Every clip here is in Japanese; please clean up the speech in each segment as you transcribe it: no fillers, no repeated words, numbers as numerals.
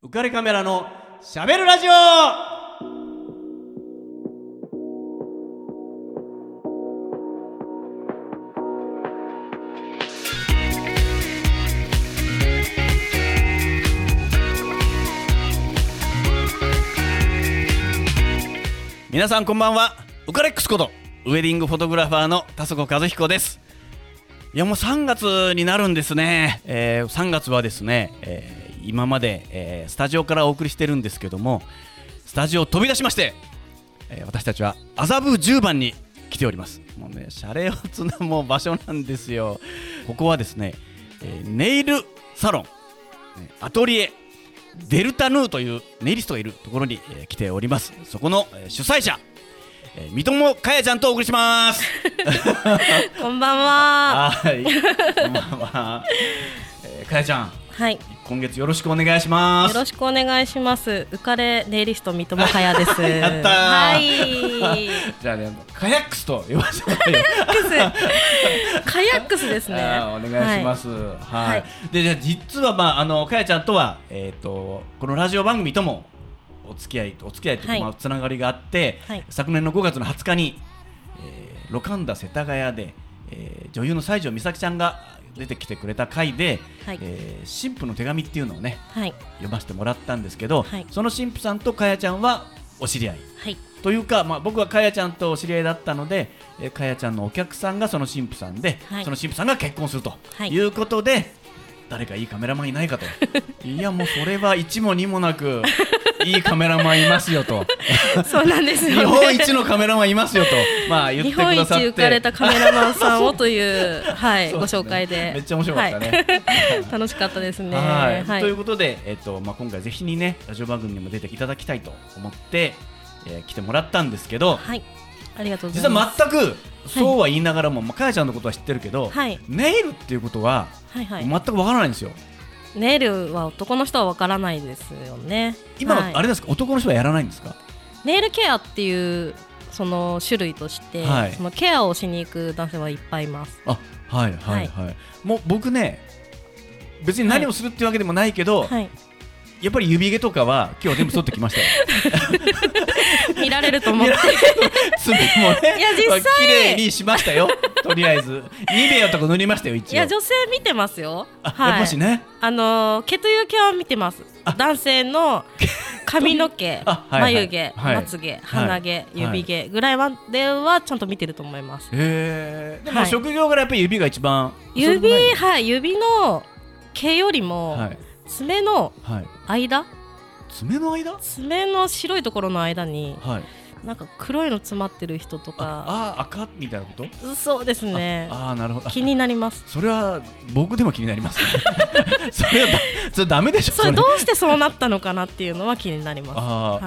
浮かれカメラのしゃべるラジオ。皆さんこんばんは。ウカレックスことウェディングフォトグラファーの田底和彦です。いやもう3月になるんですね。3月はですね、今まで、スタジオからお送りしてるんですけども、スタジオを飛び出しまして、私たちは麻布10番に来ております。もうね、シャレオツなもう場所なんですよ。ここはですね、ネイルサロン、アトリエデルタヌーというネイリストがいるところに、来ております。そこの、主催者、三友かやちゃんとお送りします。 こんばんは。 はい、こんばんは。かやちゃん、 はい、 今月よろしくお願いします。 よろしくお願いします。浮かれネイリスト三友かやです。 やったー。 はい。 じゃあね、カヤックスと呼ばせてもらうよ。 カヤックスですね。 お願いします。はい。で、じゃあ実はかやちゃんとはこのラジオ番組ともお付き合いというか、つながりがあって、昨年の5月の20日に、ロカンダ世田谷で、女優の西条美咲ちゃんが出てきてくれた回で、新婦の手紙っていうのをね、読ませてもらったんですけど、その新婦さんとかやちゃんはお知り合い、というか、僕はかやちゃんとお知り合いだったので、かやちゃんのお客さんがその新婦さんで、その新婦さんが結婚するということで、誰かいいカメラマンいないかと。いやもうそれは一も二もなくいいカメラマンいますよと。 そうなんですよね。 日本一のカメラマンいますよと、言ってくださって、 日本一浮かれたカメラマンさんをという、ご紹介でめっちゃ面白かったね。 楽しかったですね。 ということで、今回ぜひにね、ラジオ番組にも出ていただきたいと思って、来てもらったんですけど、 ありがとうございます。 実は全くそうは言いながらも、かやちゃんのことは知ってるけど、ネイルっていうことは全くわからないんですよ。 ネイルは男の人はわからないですよね。 今のあれですか、男の人はやらないんですか？ ネイルケアっていうその種類として、そのケアをしに行く男性はいっぱいいます。 もう僕ね、別に何をするっていうわけでもないけど、やっぱり指毛とかは今日全部剃ってきましたよ。 見られると思って爪もね、 いや実際綺麗にしましたよ。とりあえずニベアとか塗りましたよ一応。 いや女性見てますよ。 やっぱしね、 毛という毛は見てます。男性の髪の毛、眉毛、まつ毛、鼻毛、指毛ぐらいまではちゃんと見てると思います。 でも職業柄やっぱり指が一番。 指の毛よりも、爪の間、爪の白いところの間に、なんか黒いの詰まってる人とか、 赤みたいなこと？ そうですね。 なるほど。 気になります。 それは僕でも気になります。それはダメでしょ。 それどうしてそうなったのかなっていうのは気になります。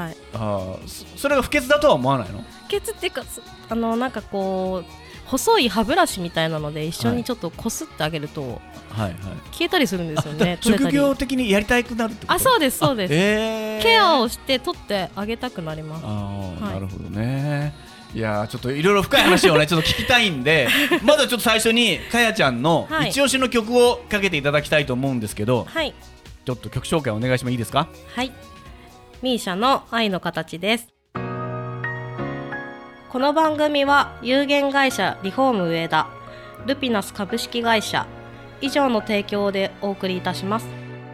それが不潔だとは思わないの？ 不潔っていうか、なんかこう細い歯ブラシみたいなので一緒にちょっとこすってあげると消えたりするんですよね。 職業的にやりたくなるってこと？ そうですそうです。ケアをして取ってあげたくなります。 なるほどね。いやちょっといろいろ深い話をねちょっと聞きたいんで、まずはちょっと最初にかやちゃんの一押しの曲をかけていただきたいと思うんですけど、ちょっと曲紹介お願いしてもいいですか？ ミーシャの愛の形です。この番組は有限会社リフォーム上田、ルピナス株式会社以上の提供でお送りいたします。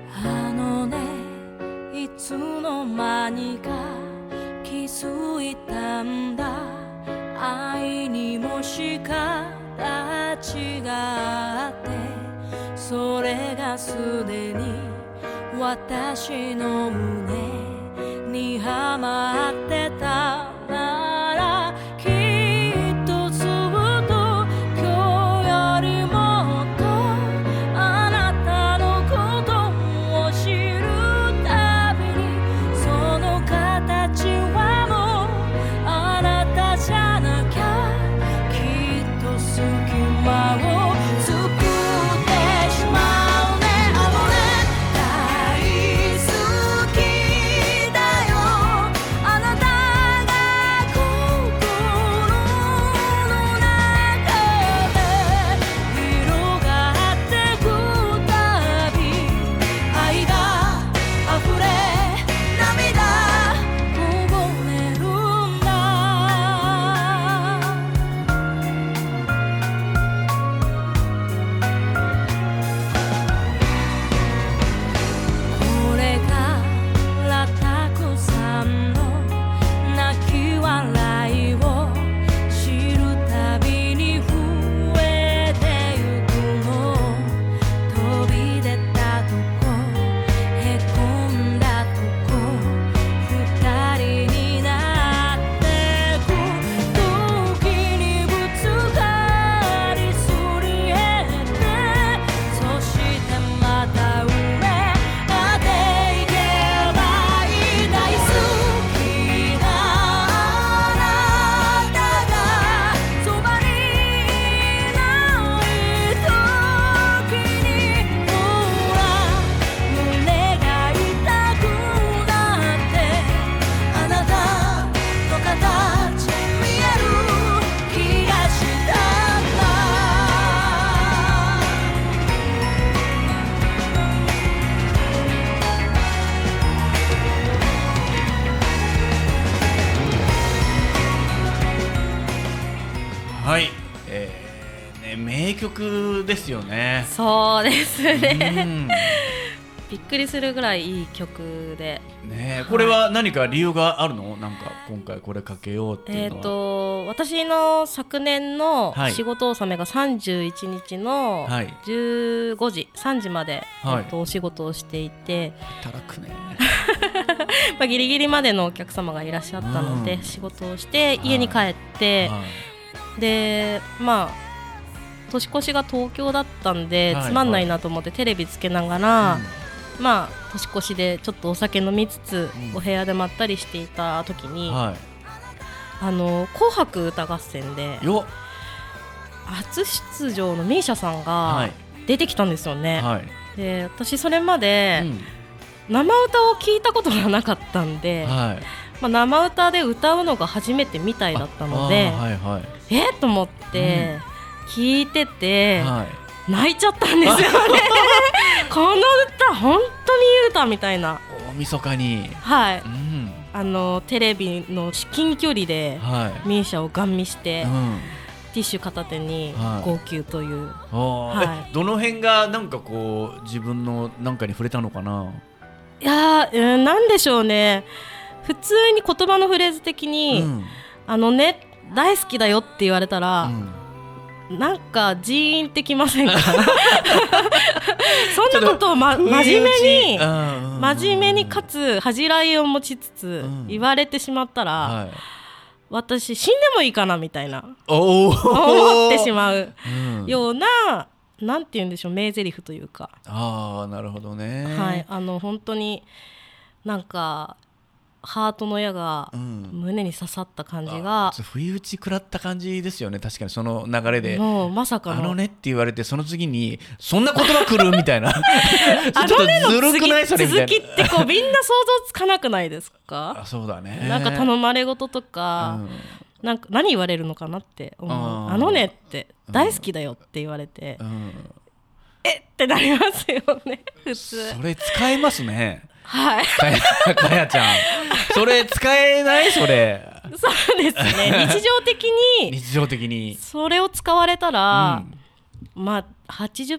いつの間にか気づいたんだ、愛にもし形があって、それがすでに私の胸にはまってたなら、きっとずっと今日よりもっとあなたのことを知るたびに、その形はもうあなたじゃなきゃ、きっと隙間を作ってしまうね。大好きだよ、あなた曲ですよね。 そうですね、びっくりするぐらいいい曲で、 ね、これは何か理由があるの？なんか今回これかけようっていうのは。 私の昨年の仕事納めが31日の15時、3時まで、お仕事をしていて、 働くねまあギリギリまでのお客様がいらっしゃったので、仕事をして家に帰って、でまあ年越しが東京だったんで、つまんないなと思ってテレビつけながら、まあ年越しでちょっとお酒飲みつつ、お部屋でまったりしていた時に、紅白歌合戦で初出場の misia さんが出てきたんですよね、で私それまで、生歌を聞いたことがなかったんで、まあ、生歌で歌うのが初めてみたいだったので、と思って聞いてて、泣いちゃったんですよねこの歌本当にいい歌みたいな。 大晦日に、 テレビの至近距離で misia をガン見して、ティッシュ片手に号泣という、 どの辺がなんかこう自分のなんかに触れたのかな。 いやなんでしょうね、普通に言葉のフレーズ的に、大好きだよって言われたら、なんかジーンってきませんかそんなことを、真面目にかつ恥じらいを持ちつつ言われてしまったら、私死んでもいいかなみたいな思ってしまうような、なんて言うんでしょう、名台詞というか。 なるほどね。 本当になんかハートの矢が胸に刺さった感じが、 不意打ち食らった感じですよね。確かにその流れで、 もうまさかのねって言われて、その次にそんな言葉来るみたいなちょっとずるくない？それみたいな。 続きってこうみんな想像つかなくないですか？ そうだね。 なんか頼まれ事とか、なんか何言われるのかなって思う。ねって大好きだよって言われて、ってなりますよね普通。 それ使えますね。 かやちゃんそれ使えない？それそうですね日常的にそれを使われたら、まあ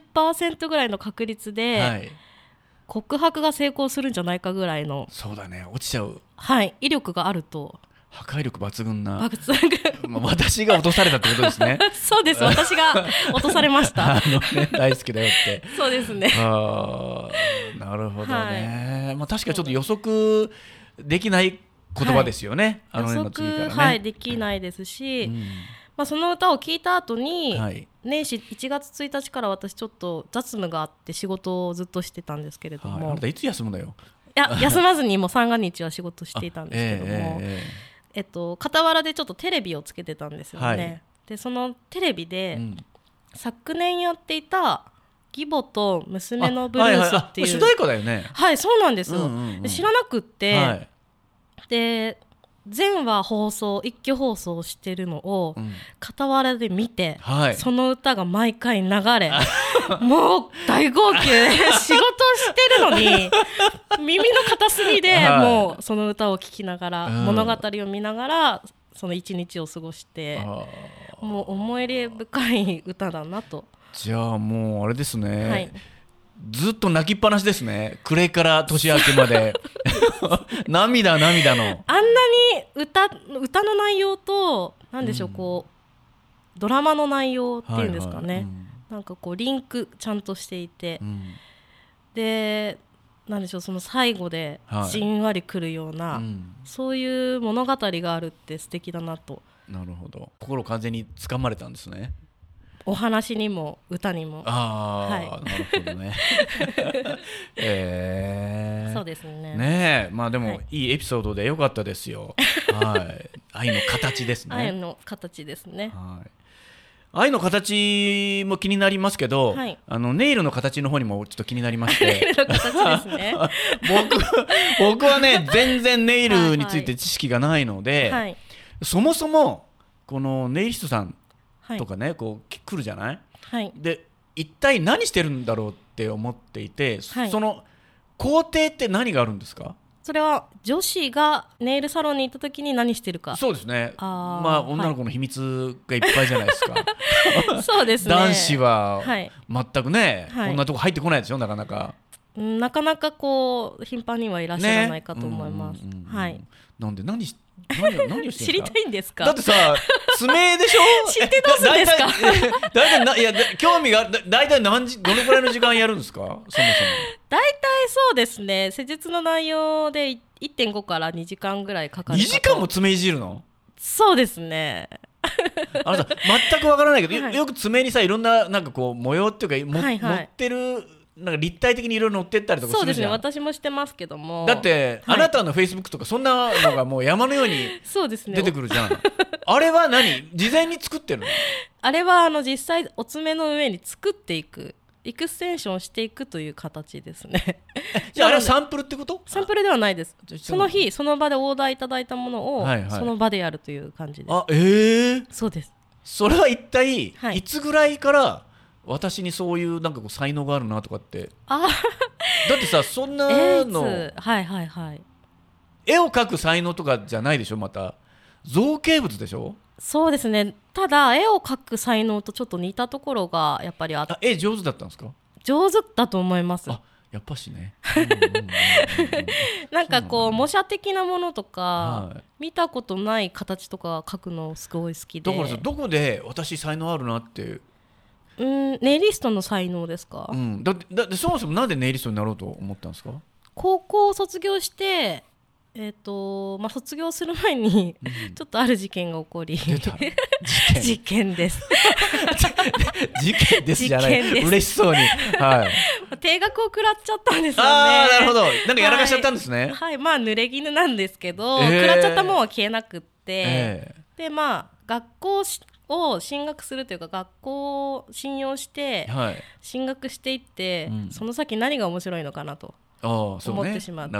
80% ぐらいの確率で、告白が成功するんじゃないかぐらいの。 そうだね、落ちちゃう。 威力があると。 破壊力抜群な私が落とされたってことですねそうです、私が落とされました大好きだよってそうですね。 なるほどね、まあ、確かにちょっと予測できない言葉ですよね、 予測、できないですし、まあ、その歌を聴いた後に、年始1月1日から私ちょっと雑務があって仕事をずっとしてたんですけれども、 あなたいつ休むのよ。 いや休まずにもう三が日は仕事していたんですけども、傍らでちょっとテレビをつけてたんですよね、でそのテレビで、昨年やっていた義母と娘のブルースっていう、 主題歌だよね。 そうなんですよ、知らなくって、で全話放送一挙放送してるのを傍らで見て、その歌が毎回流れもう大号泣で仕事してるのに耳の片隅でもうその歌を聴きながら、物語を見ながらその一日を過ごして、もう思い入れ深い歌だなと。 じゃあもうあれですね、ずっと泣きっぱなしですね、暮れから年明けまで涙のあんなに歌の内容と何でしょう、こうドラマの内容っていうんですかね、なんかこうリンクちゃんとしていて、でなんでしょう、その最後でじんわりくるような、そういう物語があるって素敵だなと。 なるほど、心完全に掴まれたんですね、 お話にも歌にも。 なるほどねそうですね。 ねえ、まあでも、いいエピソードで良かったですよ愛の形ですね。 愛の形ですね。 愛の形も気になりますけど、ネイルの形の方にもちょっと気になりましてネイルの形ですね僕はね全然ネイルについて知識がないので、そもそもこのネイリストさんとかね、こう来るじゃない、で一体何してるんだろうって思っていて、その工程って何があるんですか？ それは女子がネイルサロンに行った時に何してるか。 そうですね。まあ女の子の秘密がいっぱいじゃないですか。 そうですね。 男子は全くね、こんなとこ入ってこないでしょ、なかなか。 なかなかこう頻繁にはいらっしゃらないかと思います。はい。 なんで何をしてるんですか。 知りたいんですか。 だってさ、爪でしょ。 知ってどうするんですか。 だいたいいや興味がだいたいどのくらいの時間やるんですか。そもそも。 だいたいそうですね。施術の内容で 1.5 から2時間ぐらいかかる。 2時間も爪いじるの。 そうですね。 あのさ、全くわからないけど、よく爪にさ、いろんななんかこう模様っていうか、乗ってる。なんか立体的にいろいろ乗ってったりとかするじゃん。 そうですね、私もしてますけども。 だって、あなたのフェイスブックとかそんなのがもう山のように出てくるじゃん。あれは何、事前に作ってるの。 あれは実際お爪の上に作っていく、エクステンションしていくという形ですね。 じゃああれはサンプルってこと。 サンプルではないです。その日その場でオーダーいただいたものを、その場でやるという感じです。そうです。 それは一体、いつぐらいから私にそういうなんかこう才能があるなとかって。だってさ、そんなの、絵を描く才能とかじゃないでしょ。また造形物でしょ。 そうですね。ただ絵を描く才能とちょっと似たところがやっぱりあって。 絵上手だったんですか。 上手だと思います。 やっぱしね。 なんかこう模写的なものとか、見たことない形とか描くのすごい好きで。 だからさ、どこで私才能あるなって。 ネイリストの才能ですか。 だってそもそもなんでネイリストになろうと思ったんですか。 高校を卒業して、卒業する前にちょっとある事件が起こり。事件です。 事件ですじゃない。嬉しそうに。 定額を食らっちゃったんですよね。 なるほど。なんかやらかしちゃったんですね。 まあ濡れ衣なんですけど、食らっちゃったもんは消えなくって、でまあ学校を進学するというか、学校を信用して進学していって、その先何が面白いのかなと思ってしまって、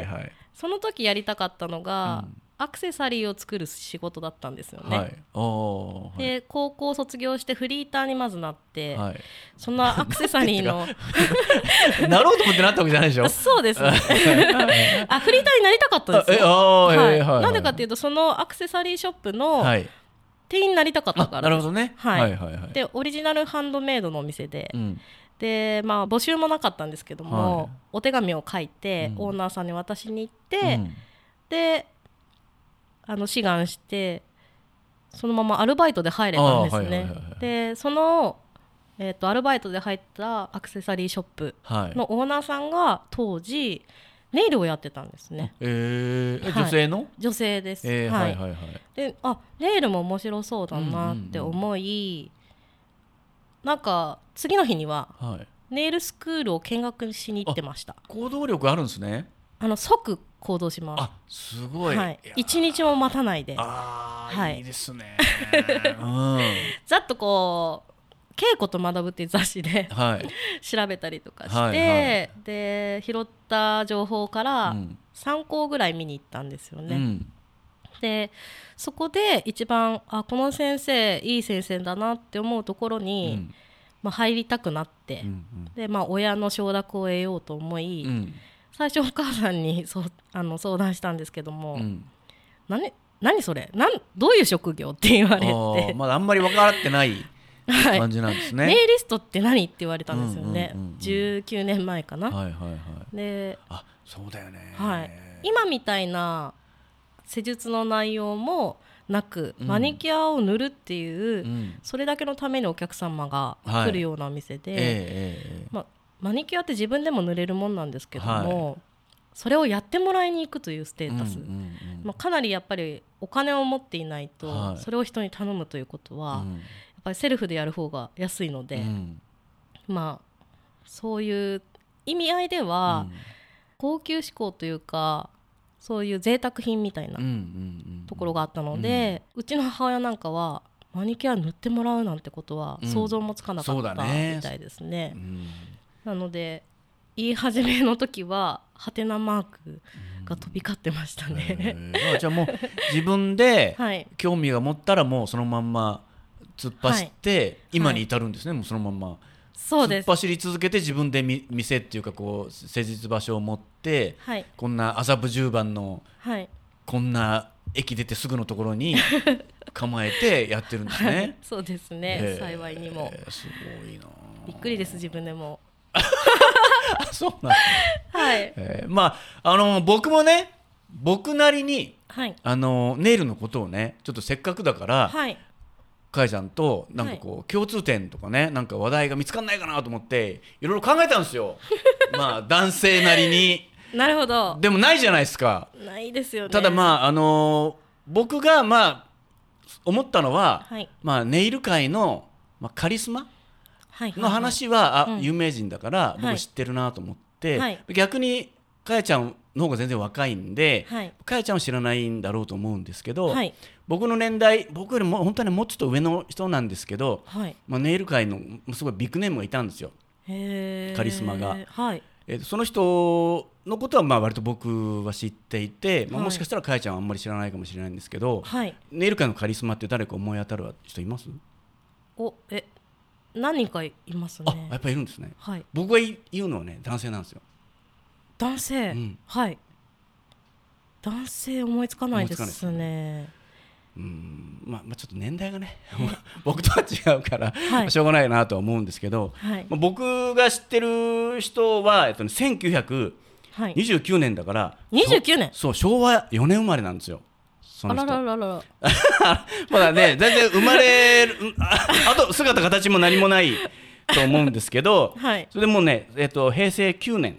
その時やりたかったのが、アクセサリーを作る仕事だったんですよね。で高校卒業してフリーターにまずなって、そのアクセサリーのなろうと思ってなったわけじゃないでしょ。 そうですね。フリーターになりたかったんですよ。なんでかっていうと、そのアクセサリーショップの店員になりたかったから。 なるほどね。 でオリジナルハンドメイドのお店で、でまあ募集もなかったんですけども、お手紙を書いて、オーナーさんに渡しに行って、で志願してそのままアルバイトで入れたんですね。でその、アルバイトで入ったアクセサリーショップのオーナーさんが当時ネイルをやってたんですね。 女性の？ 女性です。で、ネイルも面白そうだなって思い、なんか次の日にはネイルスクールを見学しに行ってました。 行動力あるんですね。 即行動します。 すごい。 1日も待たないで。 いいですね。 ざっとこう稽古と学ぶっていう雑誌で調べたりとかして、で拾った情報から3校ぐらい見に行ったんですよね。でそこで一番この先生いい先生だなって思うところに、入りたくなって、で親の承諾を得ようと思い、最初お母さんに相談したんですけども、何それどういう職業って言われて、 まだあんまり分かってない感じなんですね。 ネイリストって何って言われたんですよね。19年前かな。で、 そうだよね。 今みたいな施術の内容もなく、マニキュアを塗るっていう、それだけのためにお客様が来るようなお店で、マニキュアって自分でも塗れるもんなんですけども、それをやってもらいに行くというステータス、かなりやっぱりお金を持っていないと、それを人に頼むということは、やっぱりセルフでやる方が安いので、そういう意味合いでは、高級志向というか、そういう贅沢品みたいなところがあったので、うちの母親なんかはマニキュア塗ってもらうなんてことは想像もつかなかったみたいですね。なので言い始めの時はハテナマークが飛び交ってましたね。 じゃあもう自分で興味が持ったらもうそのまんま突っ走って今に至るんですね。もうそのまんまそうです。 突っ走り続けて自分で店っていうかこう施術場所を持って、はい、こんな麻布十番の、はい、こんな駅出てすぐのところに構えてやってるんですね、はい、 そうですね、幸いにも。 すごいな、 びっくりです、自分でも。 そうなんですね、はい。まあ僕もね、僕なりに、はい、ネイルのことをね、ちょっとせっかくだから、はい、かやちゃんとなんかこう共通点とかね、なんか話題が見つかんないかなと思っていろいろ考えたんですよまあ男性なりに。 なるほど。 でもないじゃないですか。 ないですよね。 ただまあ僕がまあ思ったのは、はい、まあネイル界の、まあ、カリスマの話は、有名人だから僕知ってるなと思って、はい、逆にかやちゃんの方が全然若いんで、はい、かやちゃんは知らないんだろうと思うんですけど、はい、僕の年代、僕よりも本当にもうちょっと上の人なんですけど、はい、まあ、ネイル界のすごいビッグネームがいたんですよ、カリスマが、はい、その人のことはまあ割と僕は知っていて、まあ、もしかしたらかやちゃんはあんまり知らないかもしれないんですけど、はい、ネイル界のカリスマって誰か思い当たる人います？ 何人かいますね。 あ、やっぱりいるんですね、はい、僕が言うのはね、男性なんですよ。 男性、うん、はい。男性思いつかないですね。 まあちょっと年代がね僕とは違うから、はい、しょうがないなとは思うんですけど、はい、まあ、僕が知ってる人は、1929年だから、 29年、 そう、昭和4年生まれなんですよ、その人。 あららららまだね、全然生まれるあと姿形も何もないと思うんですけど、はい、それでもうね、平成9年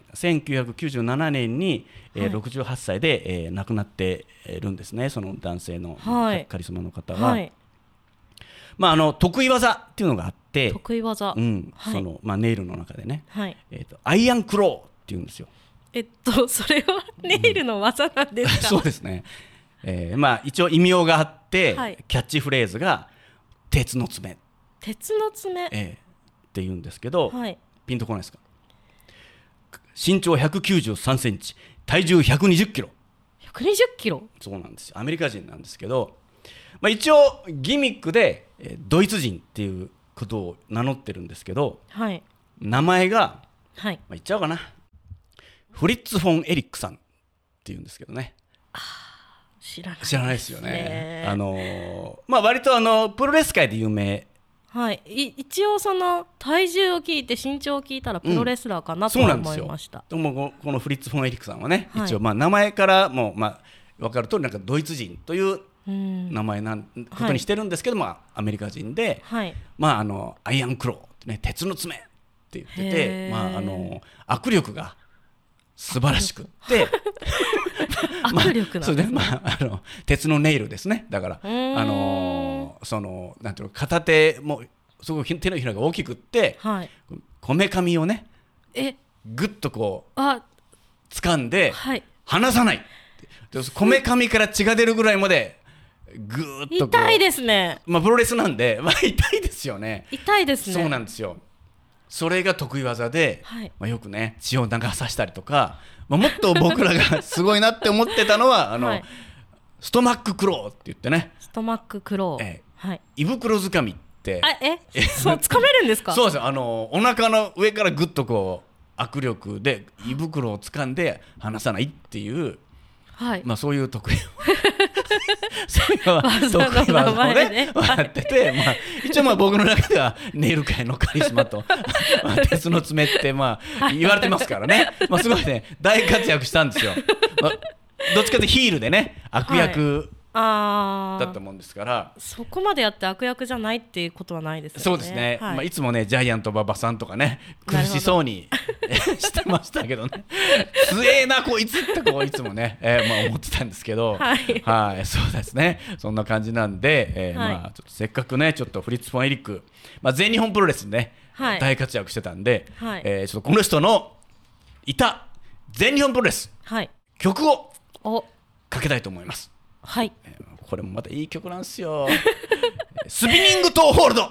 1997年に、68歳で、亡くなってるんですね、その男性の、はい、カリスマの方は、はい、まあ、得意技っていうのがあって、 得意技、 うん、はい、そのまあ、ネイルの中でね、はい、アイアンクローっていうんですよ。 それはネイルの技なんですか？ そうですね、まあ、一応異名があって、はい、キャッチフレーズが鉄の爪、 鉄の爪、 って言うんですけど、はい、ピンとこないですか？身長193センチ、体重120キロ。 120キロ？ そうなんですよ、アメリカ人なんですけど、まあ、一応ギミックでドイツ人っていうことを名乗ってるんですけど、はい、名前が、はい、まあ、言っちゃおうかな、フリッツ・フォン・エリックさんっていうんですけどね。 知らないですよね。まあ、割とプロレス界で有名。 はい、一応その体重を聞いて身長を聞いたらプロレスラーかなと思いました。 でもこのフリッツ・フォン・エリックさんはね、はい、一応まあ名前からもまあ分かるとおり、なんかドイツ人という名前なんことにしてるんですけど、まあアメリカ人で、はい、まあアイアンクローってね、鉄の爪って言ってて、まあ握力が素晴らしくって握力なんですね。 それでまあ鉄のネイルですね。だからそのなんていうの、片手もすごく手のひらが大きくって、はい、こめかみをね、ぐっとこう掴んで、はい、離さない。こめかみから血が出るぐらいまでぐーっとこう。 痛いですね。 まあプロレスなんで、まあ痛いですよね。 痛いですね。 そうなんですよ。それが得意技で、はい、まあ、よくね血を流させたりとか、まあ、もっと僕らがすごいなって思ってたのははい、ストマッククローって言ってね、 ストマッククロー、 はい、胃袋掴みって、 そう掴めるんですか？ そうですよ、お腹の上からぐっとこう握力で胃袋を掴んで離さないっていう、はい、まあ、そういう得意そういう得意技をねやってて、まあ、一応まあ僕の中ではネイル界のカリスマと鉄の爪ってまあ言われてますからね、まあ、すごいね大活躍したんですよ、まあ、どっちかというとヒールでね悪役だったもんですから、 そこまでやって悪役じゃないっていうことはないですよね。 そうですね、はい、まあ、いつもねジャイアント馬場さんとかね苦しそうにしてましたけどね強えなこいつってこういつもね、まあ、思ってたんですけど、はい、はい、そうですね、そんな感じなんで、はい、まあ、ちょっとせっかくねちょっとフリッツ・フォン・エリック、まあ、全日本プロレスでね、はい、大活躍してたんで、はい、ちょっとこの人のいた全日本プロレス、はい、曲をかけたいと思います。はい、これもまたいい曲なんですよスピニングトーホールド。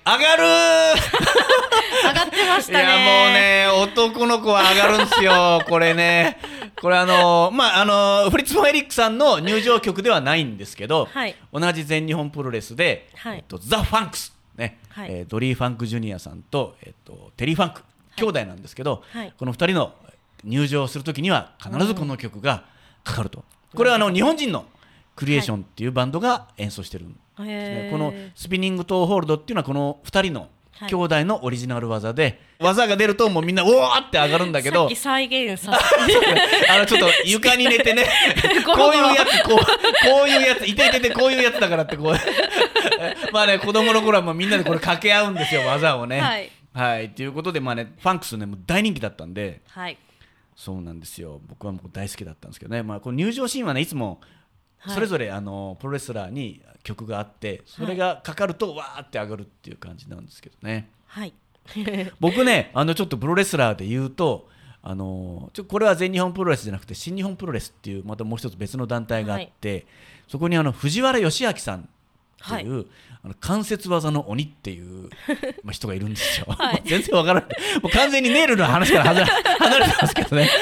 上がってましたね。 いやもうね、男の子は上がるんですよ。これね、これフリッツ・フォン・エリックさんの入場曲ではないんですけど、はい、同じ全日本プロレスで、はい、ザ・ファンクス、ね、はい、ドリー・ファンク・ジュニアさんと、テリー・ファンク、兄弟なんですけど、はい、この2人の入場するときには必ずこの曲がかかると。これは日本人のクリエーションっていうバンドが演奏してるんですね。このスピニングトーホールドっていうのはこの2人の兄弟のオリジナル技で、技が出るともうみんなおーって上がるんだけど、さっき再現させてちょっと床に寝てねこういうやつ、こういうやつ、いてこういうやつだからってこうまあね、子供の頃はもうみんなでこれ掛け合うんですよ、技をね。はい、はい、ということでまあね、ファンクスね、もう大人気だったんで、はい、そうなんですよ。僕はもう大好きだったんですけどね。まあこの入場シーンはね、いつもそれぞれプロレスラーに曲があって、それがかかるとわーって上がるっていう感じなんですけどね。はい。僕ね、ちょっとプロレスラーで言うと、これは全日本プロレスじゃなくて新日本プロレスっていうまたもう一つ別の団体があって、はい、そこに藤原義明さんっていう、はい、関節技の鬼っていう人がいるんですよ。はい、全然わからない。もう完全にネイルの話から離れてますけどね。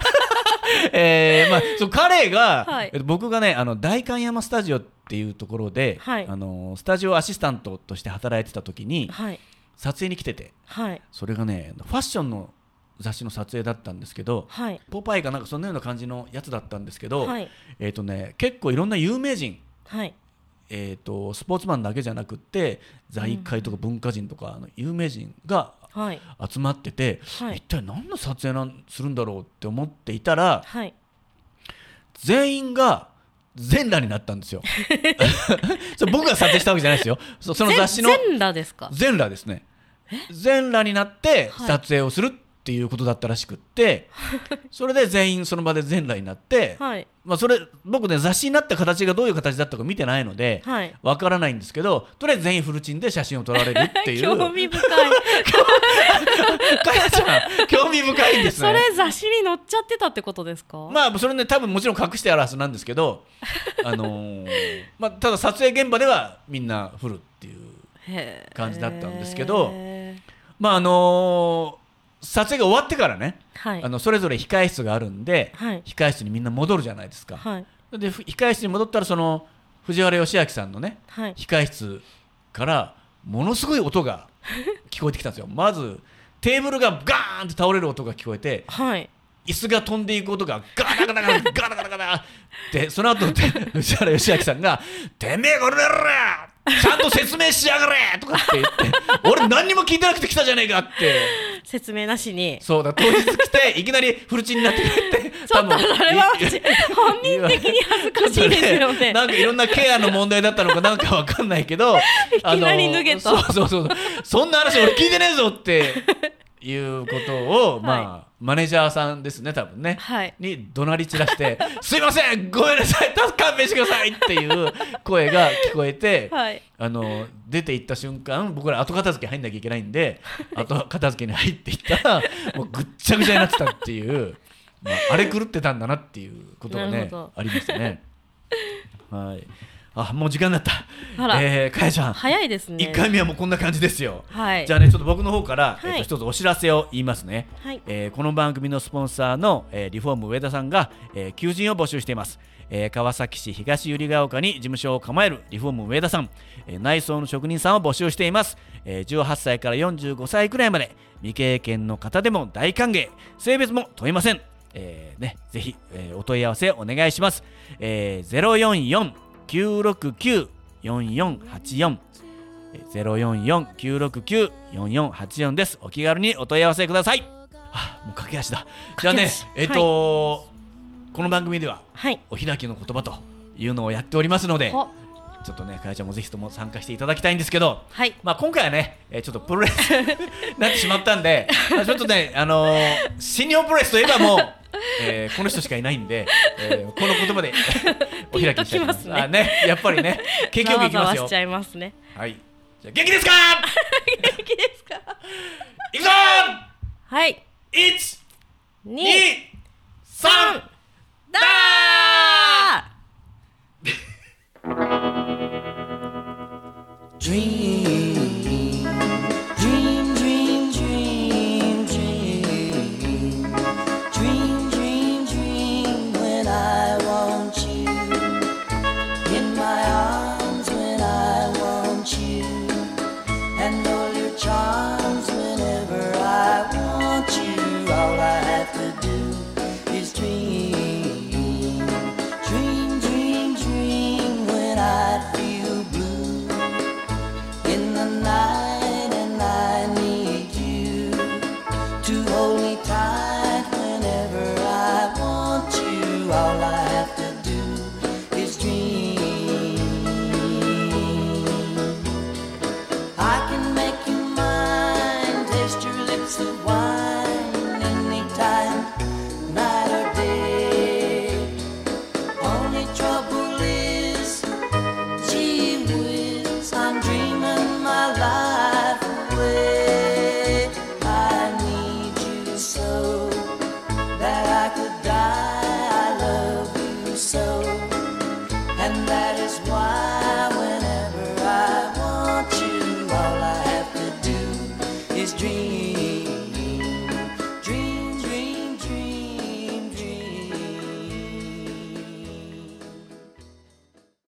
そう彼が、はい、僕がね代官山スタジオっていうところで、はい、スタジオアシスタントとして働いてた時に、はい、撮影に来てて、はい、それがねファッションの雑誌の撮影だったんですけど、はい、ポパイかなんかそんなような感じのやつだったんですけど、はい、結構いろんな有名人、はい、スポーツマンだけじゃなくって財界とか文化人とか有名人が集まってて、はい、一体何の撮影するんだろうって思っていたら、はい、全員が全裸になったんですよ。それ僕が撮影したわけじゃないですよ。その雑誌の全裸ですか？ 全裸ですね。全裸になって撮影をするっていうことだったらしくって、はい、それで全員その場で全裸になって、はい、それ僕ね雑誌になった形がどういう形だったか見てないので、はい、わからないんですけど、とりあえず全員フルチンで写真を撮られるっていう興味深いかやちゃん興味深いんですね。 それ雑誌に載っちゃってたってことですか？ それね多分もちろん隠してあるはずなんですけどただ撮影現場ではみんなフルっていう感じだったんですけど、撮影が終わってからね、はい、それぞれ控室があるんで、はい、控室にみんな戻るじゃないですか、はい、で控室に戻ったらその藤原義明さんのね、はい、控室からものすごい音が聞こえてきたんですよ。まずテーブルがガーンって倒れる音が聞こえて、はい、椅子が飛んでいく音がガラガラガラガラガラガラガラってその後藤原義明さんがてめえこれだろちゃんと説明しやがれとかって言って俺何にも聞いてなくて来たじゃねえかって説明なしにそうだ当日来ていきなりフルチンになってくれてちょっとそれは本人的に恥ずかしいですよね。 なんかいろんなケアの問題だったのかなんかわかんないけどいきなり脱げとそうそんな話俺聞いてねえぞっていうことを、はい、マネージャーさんですね多分ね、はい、に怒鳴り散らしてすいませんごめんなさい勘弁してくださいっていう声が聞こえて、はい、出て行った瞬間僕ら後片付け入んなきゃいけないんで後片付けに入っていったらもうぐっちゃぐちゃになってたっていう、あれ狂ってたんだなっていうことがねありましたね。はい、もう時間になった。かやちゃん早いですね。 1回目はもうこんな感じですよ、はい、じゃあねちょっと僕の方から、はい、一つお知らせを言いますね、はい、この番組のスポンサーの、リフォーム上田さんが、求人を募集しています。川崎市東百合ヶ丘に事務所を構えるリフォーム上田さん、内装の職人さんを募集しています。18歳から45歳くらいまで未経験の方でも大歓迎、性別も問いません。ぜひ、お問い合わせお願いします。044-969-4484 044-969-4484です。お気軽にお問い合わせください。もう駆け足だ。じゃあね、この番組では、はい、お開きの言葉というのをやっておりますので、ちょっとねかやちゃんもぜひとも参加していただきたいんですけど、はい、今回はね、ちょっとプロレスになってしまったんでちょっとね、新日本プロレスといえばもうこの人しかいないんで、この言葉でお開きにしたいと思います。やっぱりね景気よくいきますよ。 ざわざわしちゃいますね。 はい、じゃあ元気ですか元気ですかいくぞはい、 1、2、3 だー in my arms.